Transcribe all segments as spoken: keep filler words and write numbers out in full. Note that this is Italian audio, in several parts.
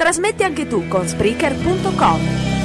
Trasmetti anche tu con Spreaker punto com.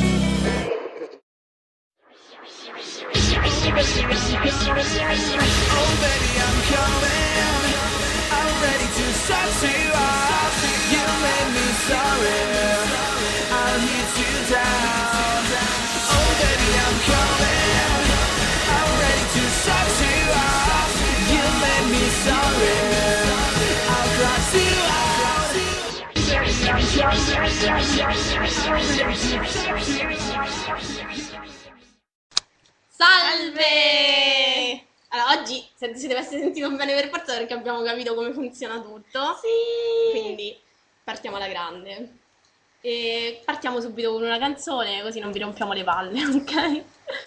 Salve! Allora, oggi se si deve essere sentito bene per forza perché abbiamo capito come funziona tutto. Sì! Quindi partiamo alla grande. E partiamo subito con una canzone, così non vi rompiamo le palle, ok?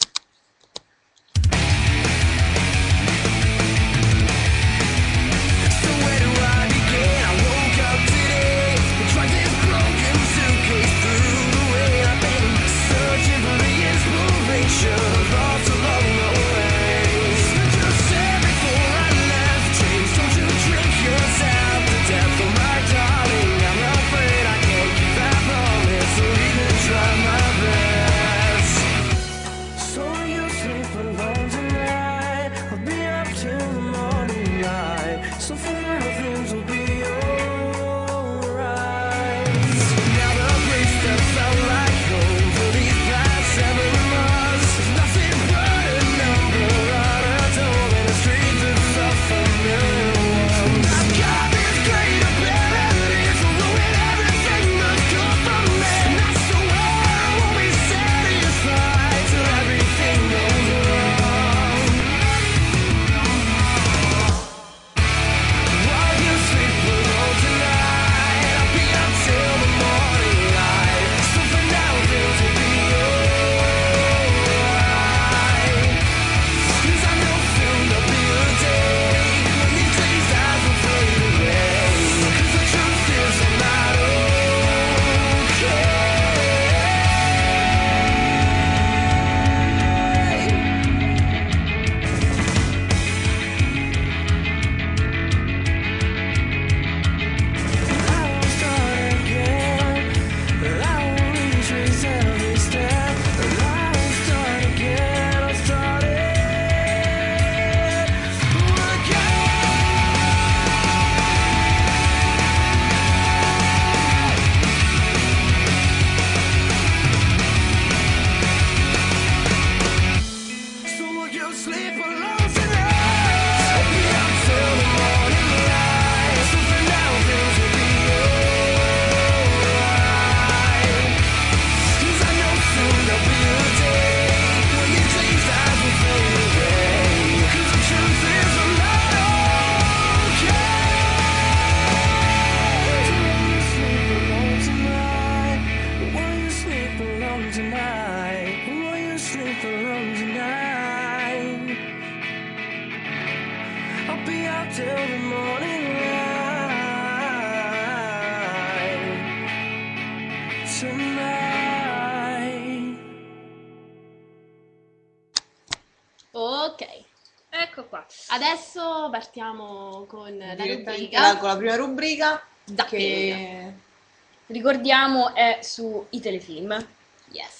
Ok, Ecco qua. adesso partiamo con la Direttamente rubrica. con la prima rubrica Da che Ricordiamo è su i telefilm. Yes.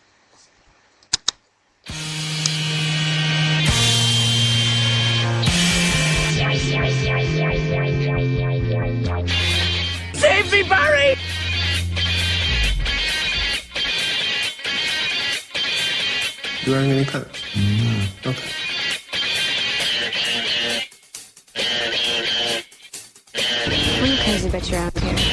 Save me, Barry! You wearing any pants? Okay. I'm crazy but you're out here.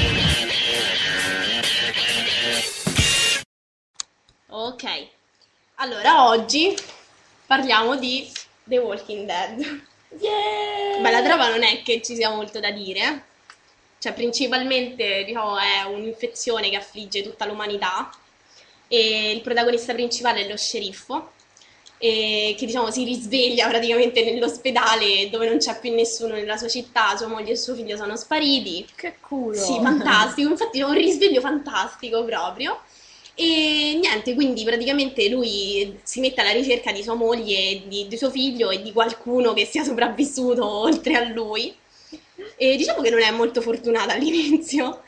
Ok, allora oggi parliamo di The Walking Dead. Yeah! Beh, la trama non è che ci sia molto da dire, cioè principalmente diciamo, è un'infezione che affligge tutta l'umanità e il protagonista principale è lo sceriffo e che diciamo si risveglia praticamente nell'ospedale dove non c'è più nessuno nella sua città, sua moglie e suo figlio sono spariti. Che culo! Sì, fantastico, infatti è un risveglio fantastico proprio. E niente, quindi praticamente lui si mette alla ricerca di sua moglie, di, di suo figlio e di qualcuno che sia sopravvissuto oltre a lui. E diciamo che non è molto fortunata all'inizio,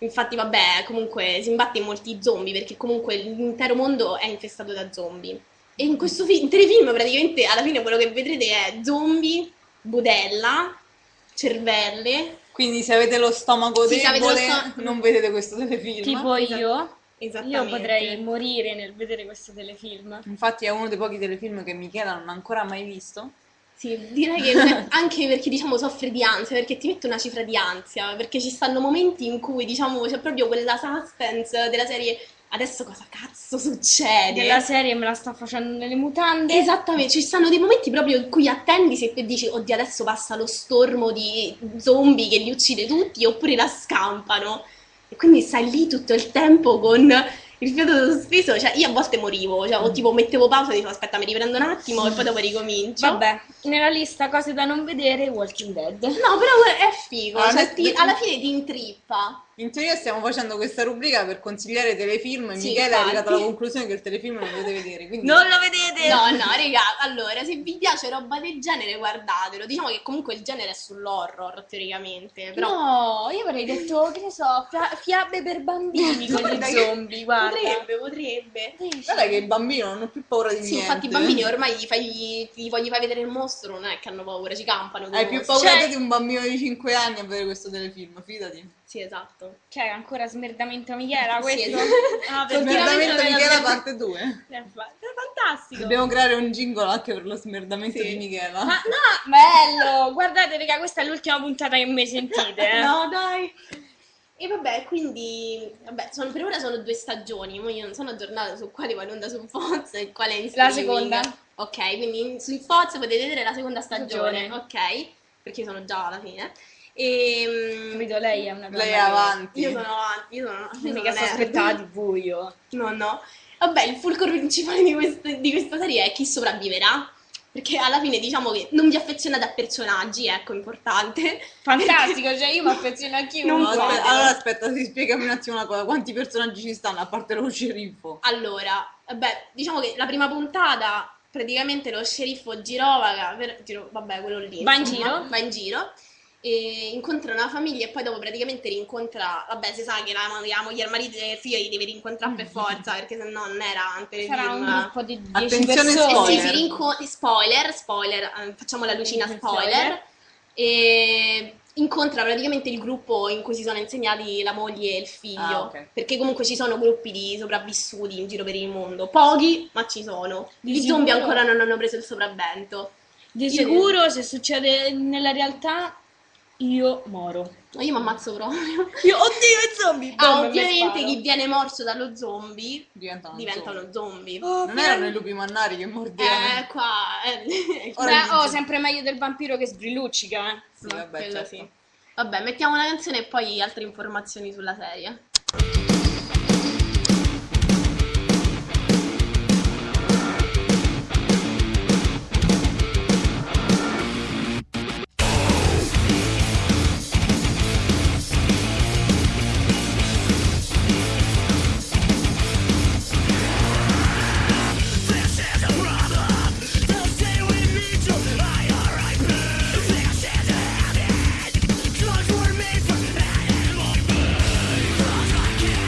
Infatti, vabbè, comunque si imbatte in molti zombie perché comunque l'intero mondo è infestato da zombie. E in questo fi- in telefilm praticamente alla fine quello che vedrete è zombie, budella, cervelle. Quindi se avete lo stomaco Sì, se avete debole, lo sto- non vedete questo telefilm. Tipo io, io Esattamente. potrei morire nel vedere questo telefilm. Infatti è uno dei pochi telefilm che Michela non ha ancora mai visto. Sì, direi che anche perché diciamo soffre di ansia, perché ti mette una cifra di ansia, perché ci stanno momenti in cui diciamo c'è proprio quella suspense della serie adesso cosa cazzo succede? Della serie me la sta facendo nelle mutande. Esattamente, ci stanno dei momenti proprio in cui attendi se e dici oddio adesso passa lo stormo di zombie che li uccide tutti oppure la scampano e quindi stai lì tutto il tempo con il fiato sospeso, cioè io a volte morivo, cioè o tipo mettevo pausa e dicevo aspetta mi riprendo un attimo e poi dopo ricomincio. Vabbè, nella lista cose da non vedere, Walking Dead. No, però è figo, Ah, cioè me- ti- alla fine ti intrippa. In teoria stiamo facendo questa rubrica per consigliare telefilm e Sì, Michela è infatti. arrivata alla conclusione che il telefilm non lo dovete vedere. Quindi... Non lo vedete? No, no, raga, allora, se vi piace roba del genere, guardatelo. Diciamo che comunque il genere è sull'horror, teoricamente, però No, io avrei detto, che ne so, fia- fiabe per bambini con Guarda gli che- zombie, guarda. potrebbe, potrebbe. Guarda che i bambini non hanno più paura di Sì, niente. infatti i bambini ormai gli fai, gli voglio far vedere il mostro, non è che hanno paura, ci campano. di Hai più mostro. paura Cioè- di un bambino di cinque anni a vedere questo telefilm, fidati. Sì, esatto. Cioè, ancora smerdamento Michela, Sì, questo? esatto. Ah, per Continuamente Smerdamento nella- Michela parte due. È fa- è fantastico. Dobbiamo creare un jingle anche per lo smerdamento Sì. di Michela. Ma no, bello! Guardate, raga, questa è l'ultima puntata che mi sentite, eh. No, dai. E vabbè, quindi, vabbè, sono, per ora sono due stagioni, ma io non sono aggiornata su quale va in onda su Fox e quale è in La streaming. seconda. Ok, quindi in- su Fox potete vedere la seconda stagione, Stagione. ok? Perché io sono già alla fine. E Capito, lei è una donna Lei è che- avanti. io sono avanti, io sono, io sono Mica sto nerd. aspettando di voi io. No, no. Vabbè, il fulcro principale di, quest- di questa serie è chi sopravviverà. Perché alla fine diciamo che non vi affezionate a personaggi, ecco, importante. Fantastico, cioè io mi affeziono a chiunque. Non No, aspetta, fatelo. allora aspetta, si spiegami un attimo una cosa. Quanti personaggi ci stanno a parte lo sceriffo? Allora, vabbè, diciamo che la prima puntata praticamente lo sceriffo girovaga, per- giro- vabbè, quello lì, Va in insomma, giro. va in giro e incontra una famiglia e poi dopo praticamente rincontra, vabbè, si sa che la, la moglie e il marito e il figlio li deve rincontrare per forza, perché se no non era un telefilm. Sarà un gruppo di dieci Attenzione, persone. Eh sì, spoiler. si rinco- spoiler, spoiler, eh, facciamo la lucina spoiler. E incontra praticamente il gruppo in cui si sono insegnati la moglie e il figlio. Ah, ok. Perché comunque ci sono gruppi di sopravvissuti in giro per il mondo. Pochi, ma ci sono. Di I zombie sicuro. ancora non hanno preso il sopravvento. Di Io- sicuro se succede nella realtà io moro. No, io mi ammazzo proprio. Io, oddio, i zombie! Ah, Boom, mi ovviamente sparo. chi viene morso dallo zombie Diventa un diventa zombie. uno zombie. Oh, Non erano i lupi mannari che mordevano? Eh, qua... Eh, Ora Beh, gli oh, zo- sempre meglio del vampiro che sbrilluccica, eh. Sì, vabbè, quello certo. sì. Vabbè, mettiamo una canzone e poi altre informazioni sulla serie. Cause we're made for animal.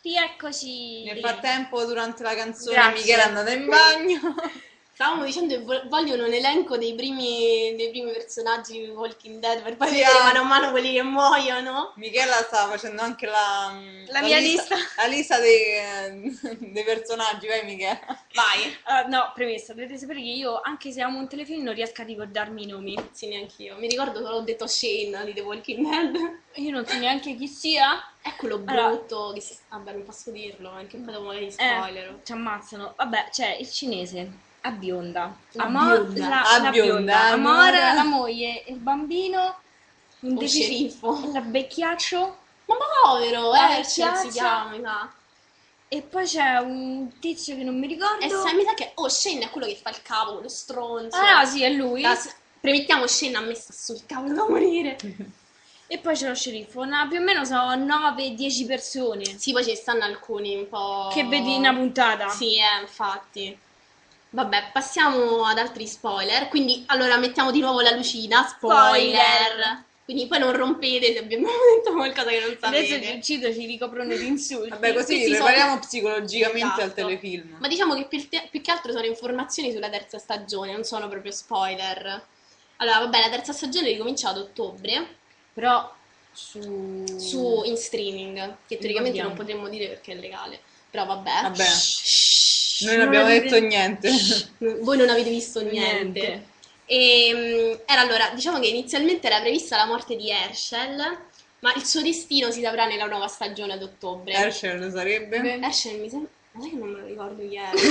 Rieccoci. Nel frattempo, durante la canzone, Grazie. Michele è andata in bagno. Stavamo dicendo che vo- vogliono un elenco dei primi, dei primi personaggi di Walking Dead per poi Sì, vedere ah. mano a mano quelli che muoiono. Michela stava facendo anche la, La mia lista. La lista dei, dei personaggi, vai Michela. Vai. Ah, no, premessa, dovete sapere che io, anche se amo un telefilm, non riesco a ricordarmi i nomi. Sì, neanch'io. Mi ricordo solo ho detto Shane di The Walking Dead. Io non so neanche chi sia. È quello Allora. brutto che si... Vabbè, non posso dirlo, anche poi dopo magari Eh, spoiler. ci ammazzano. Vabbè, c'è il cinese. A bionda. La Amo- bionda. La, A la bionda, Amora, Amora. la moglie, il bambino, un Un defi- sceriffo. il vecchiaccio. Ma povero, La eh, si vecchiaccia. chiama, mi sa. E poi c'è un tizio che non mi ricordo. E sai, mi sa che... Oh, Shane è quello che fa il capo, quello stronzo. Ah, sì, è lui. La- Premettiamo, Shane a me sta sul cavolo da morire. E poi c'è lo sceriffo. No, più o meno sono nove dieci persone Sì, poi ci stanno alcuni un po'... che vedi in una puntata. Sì, eh, infatti. Vabbè, passiamo ad altri spoiler. Quindi, allora, mettiamo di nuovo la lucina. Spoiler. Spoiler. Quindi poi non rompete se abbiamo detto qualcosa che non Adesso sapete. ci uccido, ci ricoprono di insulti. Vabbè, così Questi prepariamo sono- psicologicamente al Esatto. telefilm. Ma diciamo che più, te- più che altro sono informazioni sulla terza stagione, non sono proprio spoiler. Allora, vabbè, la terza stagione ricomincia ad ottobre, Però su... su in streaming, che teoricamente Ricordiamo. non potremmo dire perché è legale. Però vabbè. Vabbè. Shh. Noi non abbiamo detto niente. Voi non avete visto niente. Niente. E, mm, era allora, diciamo che inizialmente era prevista la morte di Herschel, ma il suo destino si saprà nella nuova stagione ad ottobre. Herschel sarebbe? Herschel mi sembra... Ma sai che non me lo ricordo chi era?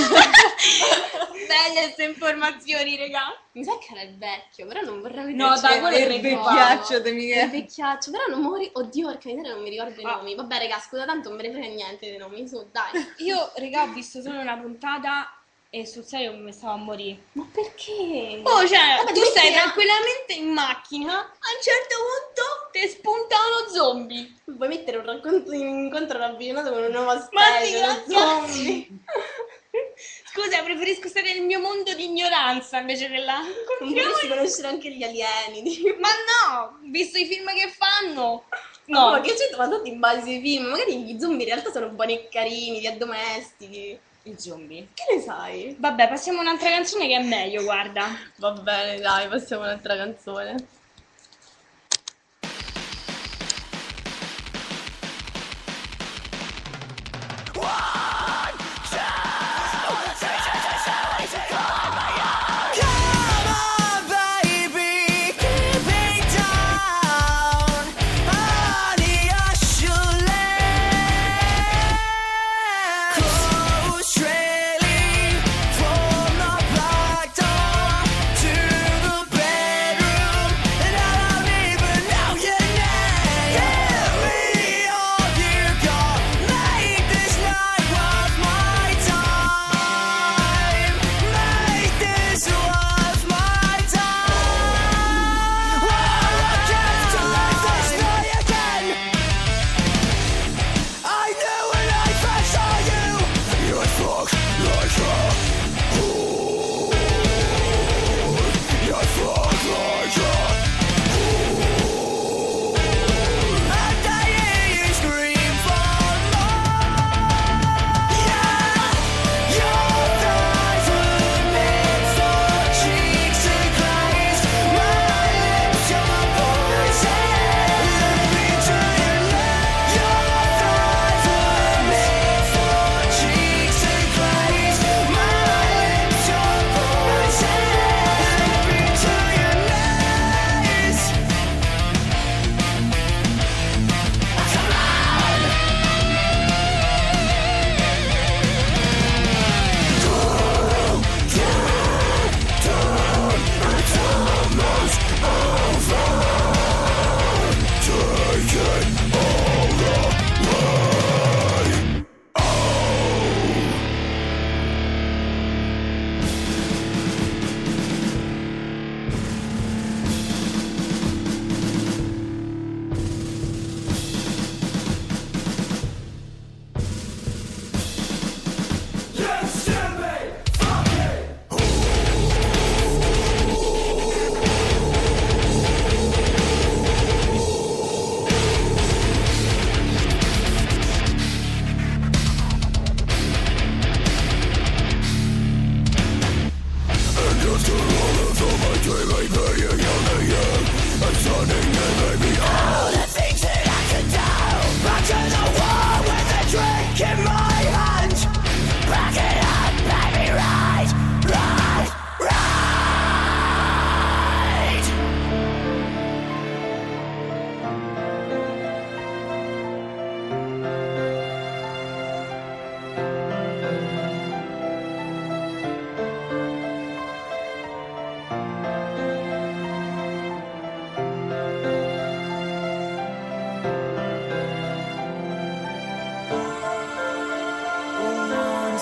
Belle queste informazioni, regà. Mi sa che era il vecchio, però non vorrei vedere. No, dai, quello il è il vecchiaccio di Il Michele. vecchiaccio, però non mori... Oddio, porca miseria, non mi ricordo i Ah. nomi. Vabbè, raga, scusa, tanto non me ne frega niente dei nomi, su, dai. Io, regà, ho visto solo una puntata e sul serio mi stavo a morire. Ma perché? Oh, cioè, Vabbè, tu ti stai metti a- tranquillamente in macchina, a un certo punto ti spunta uno zombie. Vuoi mettere un racconto di un incontro ravvicinato con una nuova Ma specie sì, di grazie. zombie? Scusa, preferisco stare nel mio mondo di ignoranza invece della... Non vorresti conoscere anche gli alieni? Di... Ma no, visto i film che fanno. No, No, ma che c'è trovato in base ai film? Magari gli zombie in realtà sono buoni e carini, li addomestichi. i zombie. Che ne sai? Vabbè, passiamo a un'altra canzone che è meglio, guarda. Va bene, dai, passiamo a un'altra canzone. From the back door to the bedroom.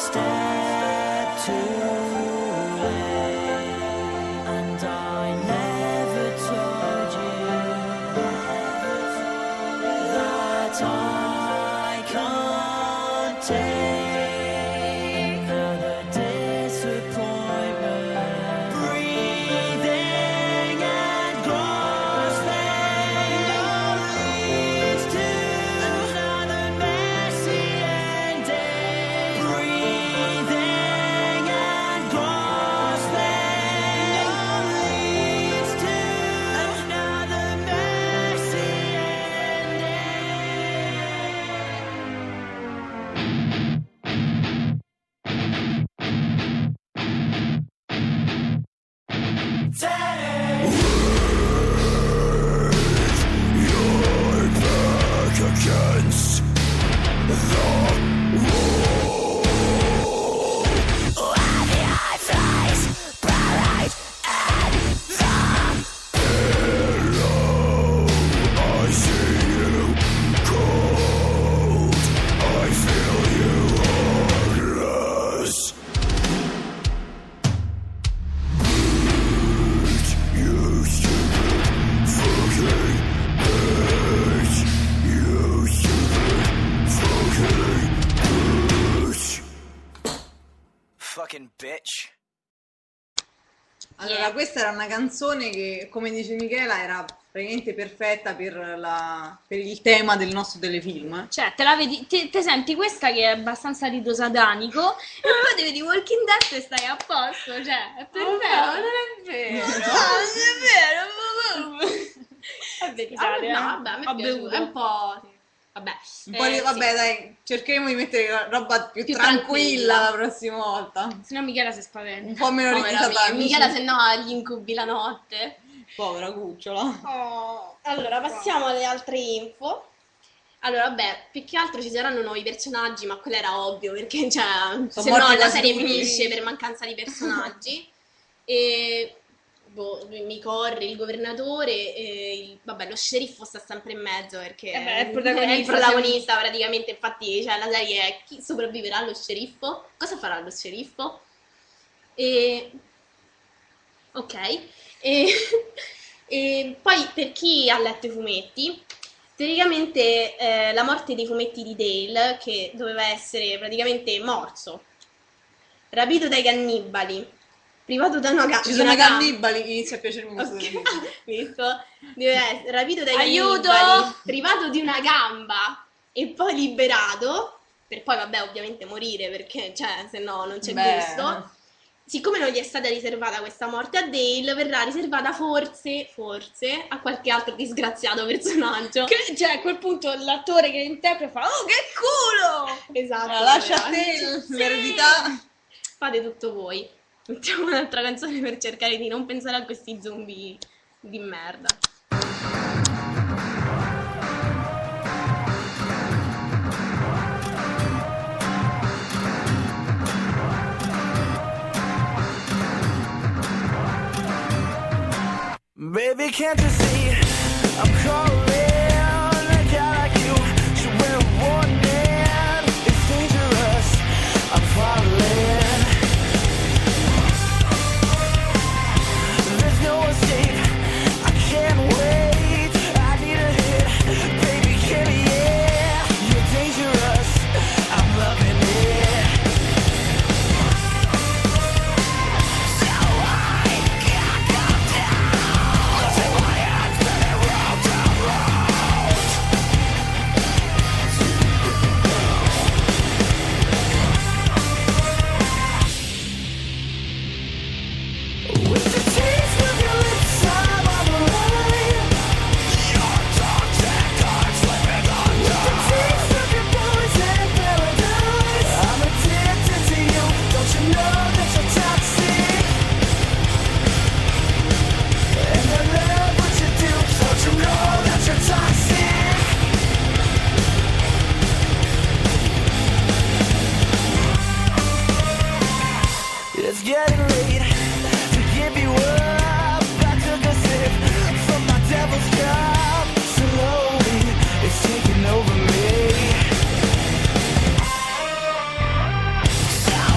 step too late, and I never told you that I can't take another disappointment. Breathing and grasping leads to another messy ending. Breathing and grasping leads to another messy ending. Take your back against the wall. Where the eye flies bright and the pillow. I see you cold. I feel you heartless. You stupid fucking bitch. You stupid fucking bitch. Fucking bitch. Allora, Yeah. questa era una canzone che, come dice Michela, era praticamente perfetta per, la, per il tema del nostro telefilm. Cioè, te la vedi, te, te senti questa che è abbastanza rito satanico e poi ti vedi Walking Dead e stai a posto, cioè, è perfetto. non è vero. No, non è vero. Vabbè, Scusate, eh. no, vabbè, a me Ho è piaciuto. bevuto. È un po'... Vabbè. Un po' eh, di, sì. vabbè, dai, cercheremo di mettere roba più, Più tranquilla, tranquilla. la prossima volta. Se no Michela si Un spaventa. po' meno Povera riti mia, satanici. Michela se no ha gli incubi la notte. Povera cucciola. Oh, allora, passiamo alle altre info. Allora, vabbè, più che altro ci saranno nuovi personaggi, ma quello era ovvio, perché cioè, Sono se no morti la quasi serie tutti. finisce per mancanza di personaggi. E boh, mi corre il governatore, e il, vabbè, lo sceriffo sta sempre in mezzo perché Eh beh, è il è protagonista, il protagonista praticamente, infatti cioè, la serie è chi sopravviverà allo sceriffo? Cosa farà lo sceriffo? E... Ok. E... e poi per chi ha letto i fumetti, teoricamente eh, la morte dei fumetti di Dale, che doveva essere praticamente morso, rapito dai cannibali, privato da una, ga- Ci di sono una i gamba. cannibali, inizia a piacermi questo Ok, film. visto? Deve essere rapito dai Aiuto! cannibali, privato di una gamba e poi liberato, per poi vabbè ovviamente morire perché cioè se no non c'è Beh. gusto. Siccome non gli è stata riservata questa morte a Dale, verrà riservata forse, forse, a qualche altro disgraziato personaggio. Che, cioè, a quel punto l'attore che interpreta fa "Oh, che culo!" Esatto. Allora, lascia a ragazzi. te l'eredità. Fate tutto voi. Mettiamo un'altra canzone per cercare di non pensare a questi zombie di merda. Baby, can't you see I'm calling? A guy like you should wear a warning. It's dangerous, I'm falling. There's no escape, I can't wait. I need a hit, baby, give me it. You're dangerous, I'm loving it. So I can't come down. Take my hands, let it roll down road. With the taste of your lips, I'm on the line. Your toxic heart slipping under. With the taste of your poison paradise, I'm addicted to you. Don't you know that you're toxic? And I love what you do. Don't you know that you're toxic? It's getting late to give you up. I took a sip from my devil's cup. Slowly, it's taking over me. So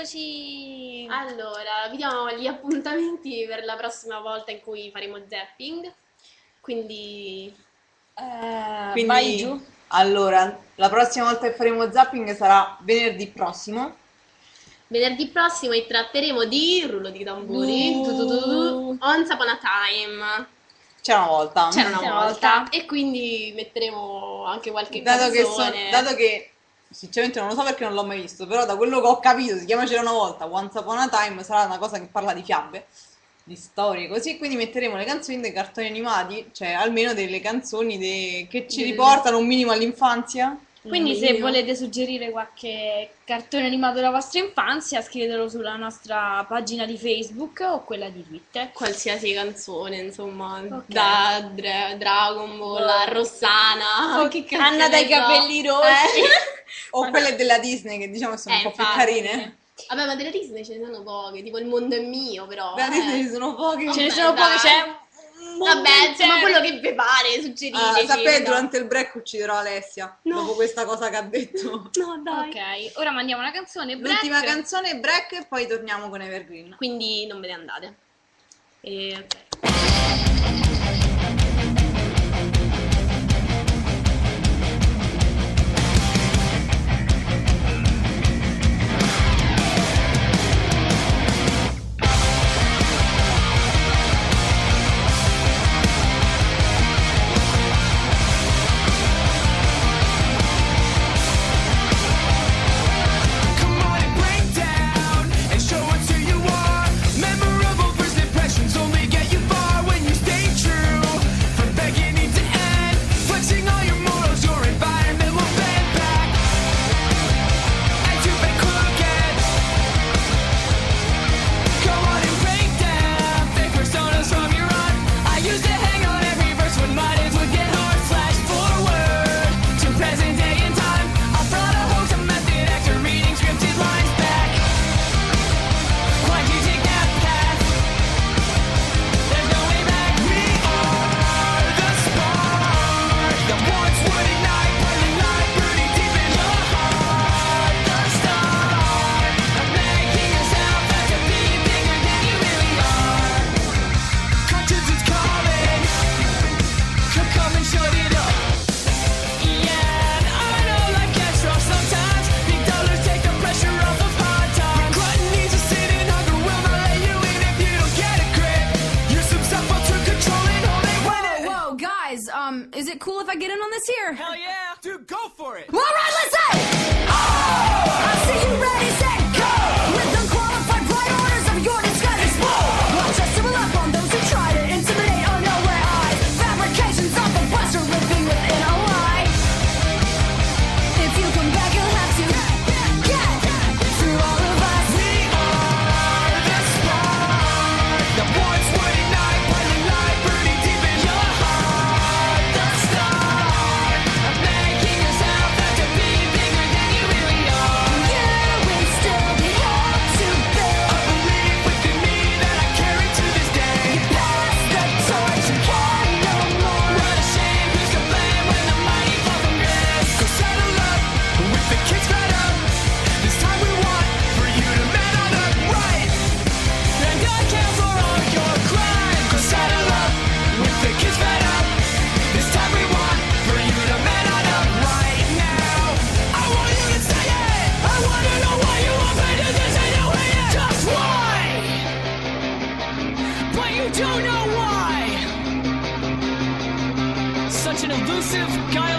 diamoci... Allora, vi diamo gli appuntamenti per la prossima volta in cui faremo zapping. Quindi Eh, Quindi, vai giù. allora, la prossima volta che faremo zapping sarà venerdì prossimo. venerdì prossimo vi tratteremo di rullo di tamburi. Uh. tu, tu, tu, tu, Once Upon a Time. C'era una volta. C'era una C'era una volta. volta. E quindi metteremo anche qualche Dato che, canzone. so- dato che sinceramente non lo so perché non l'ho mai visto, però da quello che ho capito si chiama C'era una volta, Once Upon a Time, sarà una cosa che parla di fiabe, di storie così, quindi metteremo le canzoni dei cartoni animati, cioè almeno delle canzoni de- che ci Del- riportano un minimo all'infanzia. Quindi se minimo. volete suggerire qualche cartone animato della vostra infanzia, scrivetelo sulla nostra pagina di Facebook o quella di Twitter. Qualsiasi canzone, insomma, Ok. da Dra- Dragon Ball a Rossana, Oh, che cazzo Anna ne dai so. capelli rossi. Eh. O quelle della Disney che diciamo sono Eh, un po' più infatti. carine. Vabbè, ma delle Disney ce ne sono poche, tipo Il mondo è mio, però. Della eh. Disney ci sono poche. Ce ne Vabbè, sono poche, dai. c'è un mondo Vabbè, insomma, intero. quello che vi pare, suggeriteci. Ah, sapete, no? durante il break ucciderò Alessia, No. dopo questa cosa che ha detto. No, dai. Ok, ora mandiamo una canzone. L'ultima break. canzone è break e poi torniamo con Evergreen. Quindi non ve ne andate. E, ok. Come on and break down and show us who you are. Memorable first impressions only get you far when you stay true. From beginning to end, flexing all your morals, your environment will bend back. And you've been crooked. Come on and break down fake personas from your own. I used to hang on every verse when my days would get hard. Flash forward to present day and time. I brought a host, a method actor reading scripted lines back. Why'd you take that path? There's no way back. We are the spark that once would ignite, burning light, burning deep in your heart. The start of making yourself out to be bigger than you really are. Conscience is calling. Come, come and shut it up. Yeah, and I know life gets rough sometimes. Big dollars take the pressure off of hard times. Gluttony's a sin and hunger will not let you in if you don't get a grip. Use some self-help to control and hold it when it. Whoa, guys, um, is it cool if I get in on this here? Hell yeah, dude, go for it. All right, listen! Oh! I see you ready, set, go! With unqualified bright orders of your disguise explode. Watch us civil up on those who try to intimidate unaware eyes. Fabrications of the Western living within a lie. If you come back, you'll have to get through all of us. We are the spark that once would ignite, burning light, burning deep in your heart. The start of making yourself out to be bigger than you really are. You will still be held to I build. believe within me that I carry to this day. Pass the torch, you can no more. What a shame, who's to blame when the mighty fall from grace? So settle up with the kids fed up. This time we want for you to man on up right. And I care for all your crimes. So settle up with the kids fed up. This time we want for you to man on up right now. I want you to say it. I want to know why you opened to this and you hate it. Just why? But you don't know why. Such an elusive, guileless